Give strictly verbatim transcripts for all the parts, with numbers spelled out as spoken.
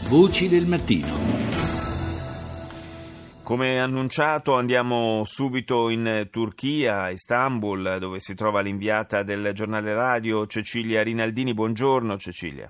Voci del mattino. Come annunciato andiamo subito in Turchia, a Istanbul, dove si trova l'inviata del giornale radio Cecilia Rinaldini. Buongiorno Cecilia.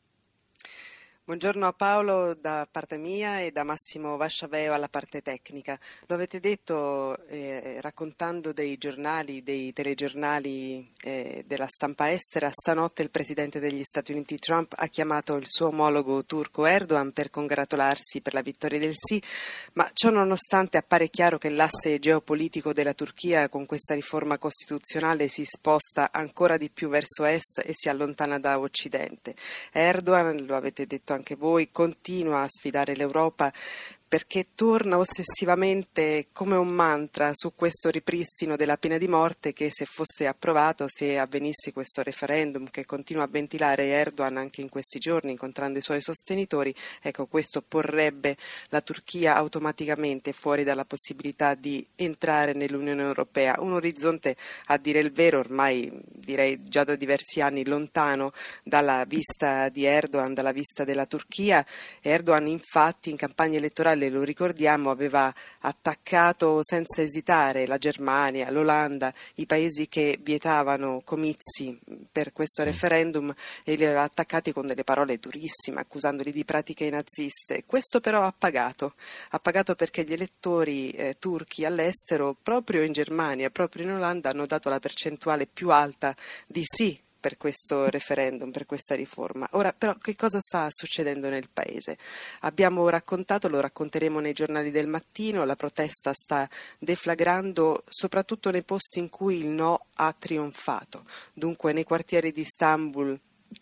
Buongiorno a Paolo da parte mia e da Massimo Vasciaveo alla parte tecnica. Lo avete detto eh, raccontando dei giornali, dei telegiornali eh, della stampa estera. Stanotte il presidente degli Stati Uniti Trump ha chiamato il suo omologo turco Erdogan per congratularsi per la vittoria del sì, ma ciò nonostante appare chiaro che l'asse geopolitico della Turchia con questa riforma costituzionale si sposta ancora di più verso est e si allontana da occidente. Erdogan, lo avete detto anche voi, continua a sfidare l'Europa perché torna ossessivamente come un mantra su questo ripristino della pena di morte che, se fosse approvato, se avvenisse questo referendum che continua a ventilare Erdogan anche in questi giorni incontrando i suoi sostenitori, ecco, questo porrebbe la Turchia automaticamente fuori dalla possibilità di entrare nell'Unione Europea, un orizzonte a dire il vero ormai direi già da diversi anni lontano dalla vista di Erdogan, dalla vista della Turchia. Erdogan infatti in campagna elettorale, lo ricordiamo, aveva attaccato senza esitare la Germania, l'Olanda, i paesi che vietavano comizi per questo referendum, e li aveva attaccati con delle parole durissime, accusandoli di pratiche naziste. Questo però ha pagato, ha pagato perché gli elettori eh, turchi all'estero, proprio in Germania, proprio in Olanda, hanno dato la percentuale più alta di sì per questo referendum, per questa riforma. Ora però che cosa sta succedendo nel paese? Abbiamo raccontato, lo racconteremo nei giornali del mattino, la protesta sta deflagrando soprattutto nei posti in cui il no ha trionfato, dunque nei quartieri di Istanbul,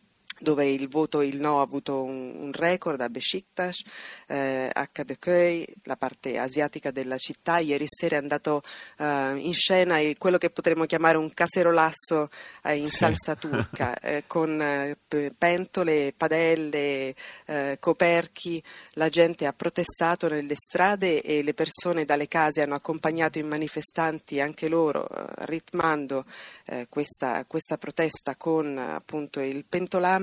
dove il voto, il no ha avuto un, un record, a Beşiktaş, eh, a Kadıköy, la parte asiatica della città. Ieri sera è andato eh, in scena il, quello che potremmo chiamare un caserolasso eh, in salsa turca, eh, con eh, pentole, padelle, eh, coperchi. La gente ha protestato nelle strade e le persone dalle case hanno accompagnato i manifestanti, anche loro, eh, ritmando eh, questa, questa protesta con appunto il pentolame.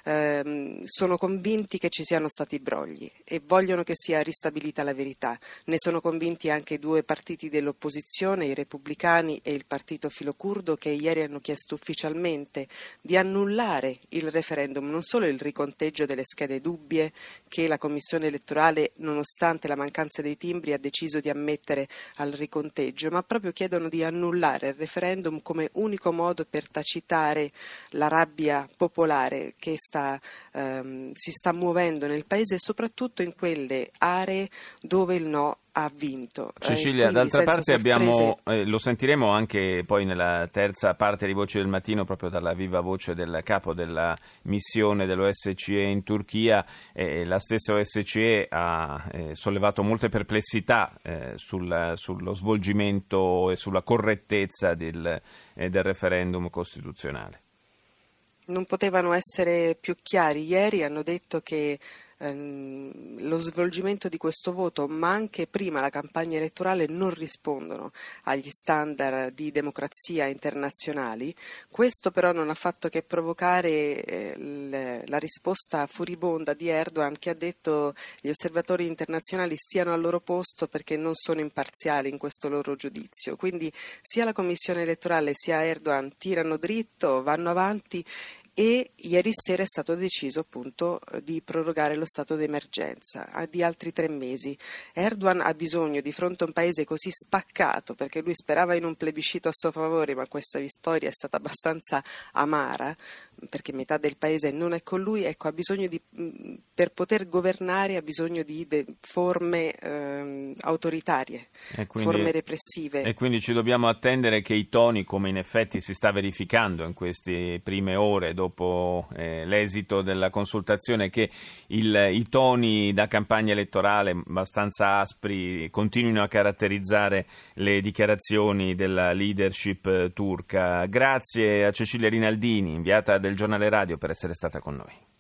Ehm, sono convinti che ci siano stati brogli e vogliono che sia ristabilita la verità. Ne sono convinti anche i due partiti dell'opposizione, i repubblicani e il partito filocurdo, che ieri hanno chiesto ufficialmente di annullare il referendum, non solo il riconteggio delle schede dubbie che la commissione elettorale, nonostante la mancanza dei timbri, ha deciso di ammettere al riconteggio, ma proprio chiedono di annullare il referendum come unico modo per tacitare la rabbia popolare che sta, ehm, si sta muovendo nel paese, soprattutto in quelle aree dove il no ha vinto. Cecilia, eh, d'altra parte sorprese... abbiamo, eh, lo sentiremo anche poi nella terza parte di Voci del Mattino, proprio dalla viva voce del capo della missione dell'O S C E in Turchia. Eh, la stessa O S C E ha eh, sollevato molte perplessità eh, sul, sullo svolgimento e sulla correttezza del, eh, del referendum costituzionale. Non potevano essere più chiari. Ieri hanno detto che ehm, lo svolgimento di questo voto, ma anche prima la campagna elettorale, non rispondono agli standard di democrazia internazionali. Questo però non ha fatto che provocare eh, l- la risposta furibonda di Erdogan, che ha detto gli osservatori internazionali stiano al loro posto perché non sono imparziali in questo loro giudizio. Quindi sia la commissione elettorale sia Erdogan tirano dritto, vanno avanti. E ieri sera è stato deciso appunto di prorogare lo stato d'emergenza di altri tre mesi. Erdogan ha bisogno, di fronte a un paese così spaccato, perché lui sperava in un plebiscito a suo favore, ma questa vittoria è stata abbastanza amara, perché metà del paese non è con lui, ecco, ha bisogno di, per poter governare, ha bisogno di de, forme eh, autoritarie, e quindi, forme repressive. E quindi ci dobbiamo attendere che i toni, come in effetti si sta verificando in queste prime ore dopo eh, l'esito della consultazione, che il, i toni da campagna elettorale abbastanza aspri continuino a caratterizzare le dichiarazioni della leadership turca. Grazie a Cecilia Rinaldini, inviata del giornale radio, per essere stata con noi.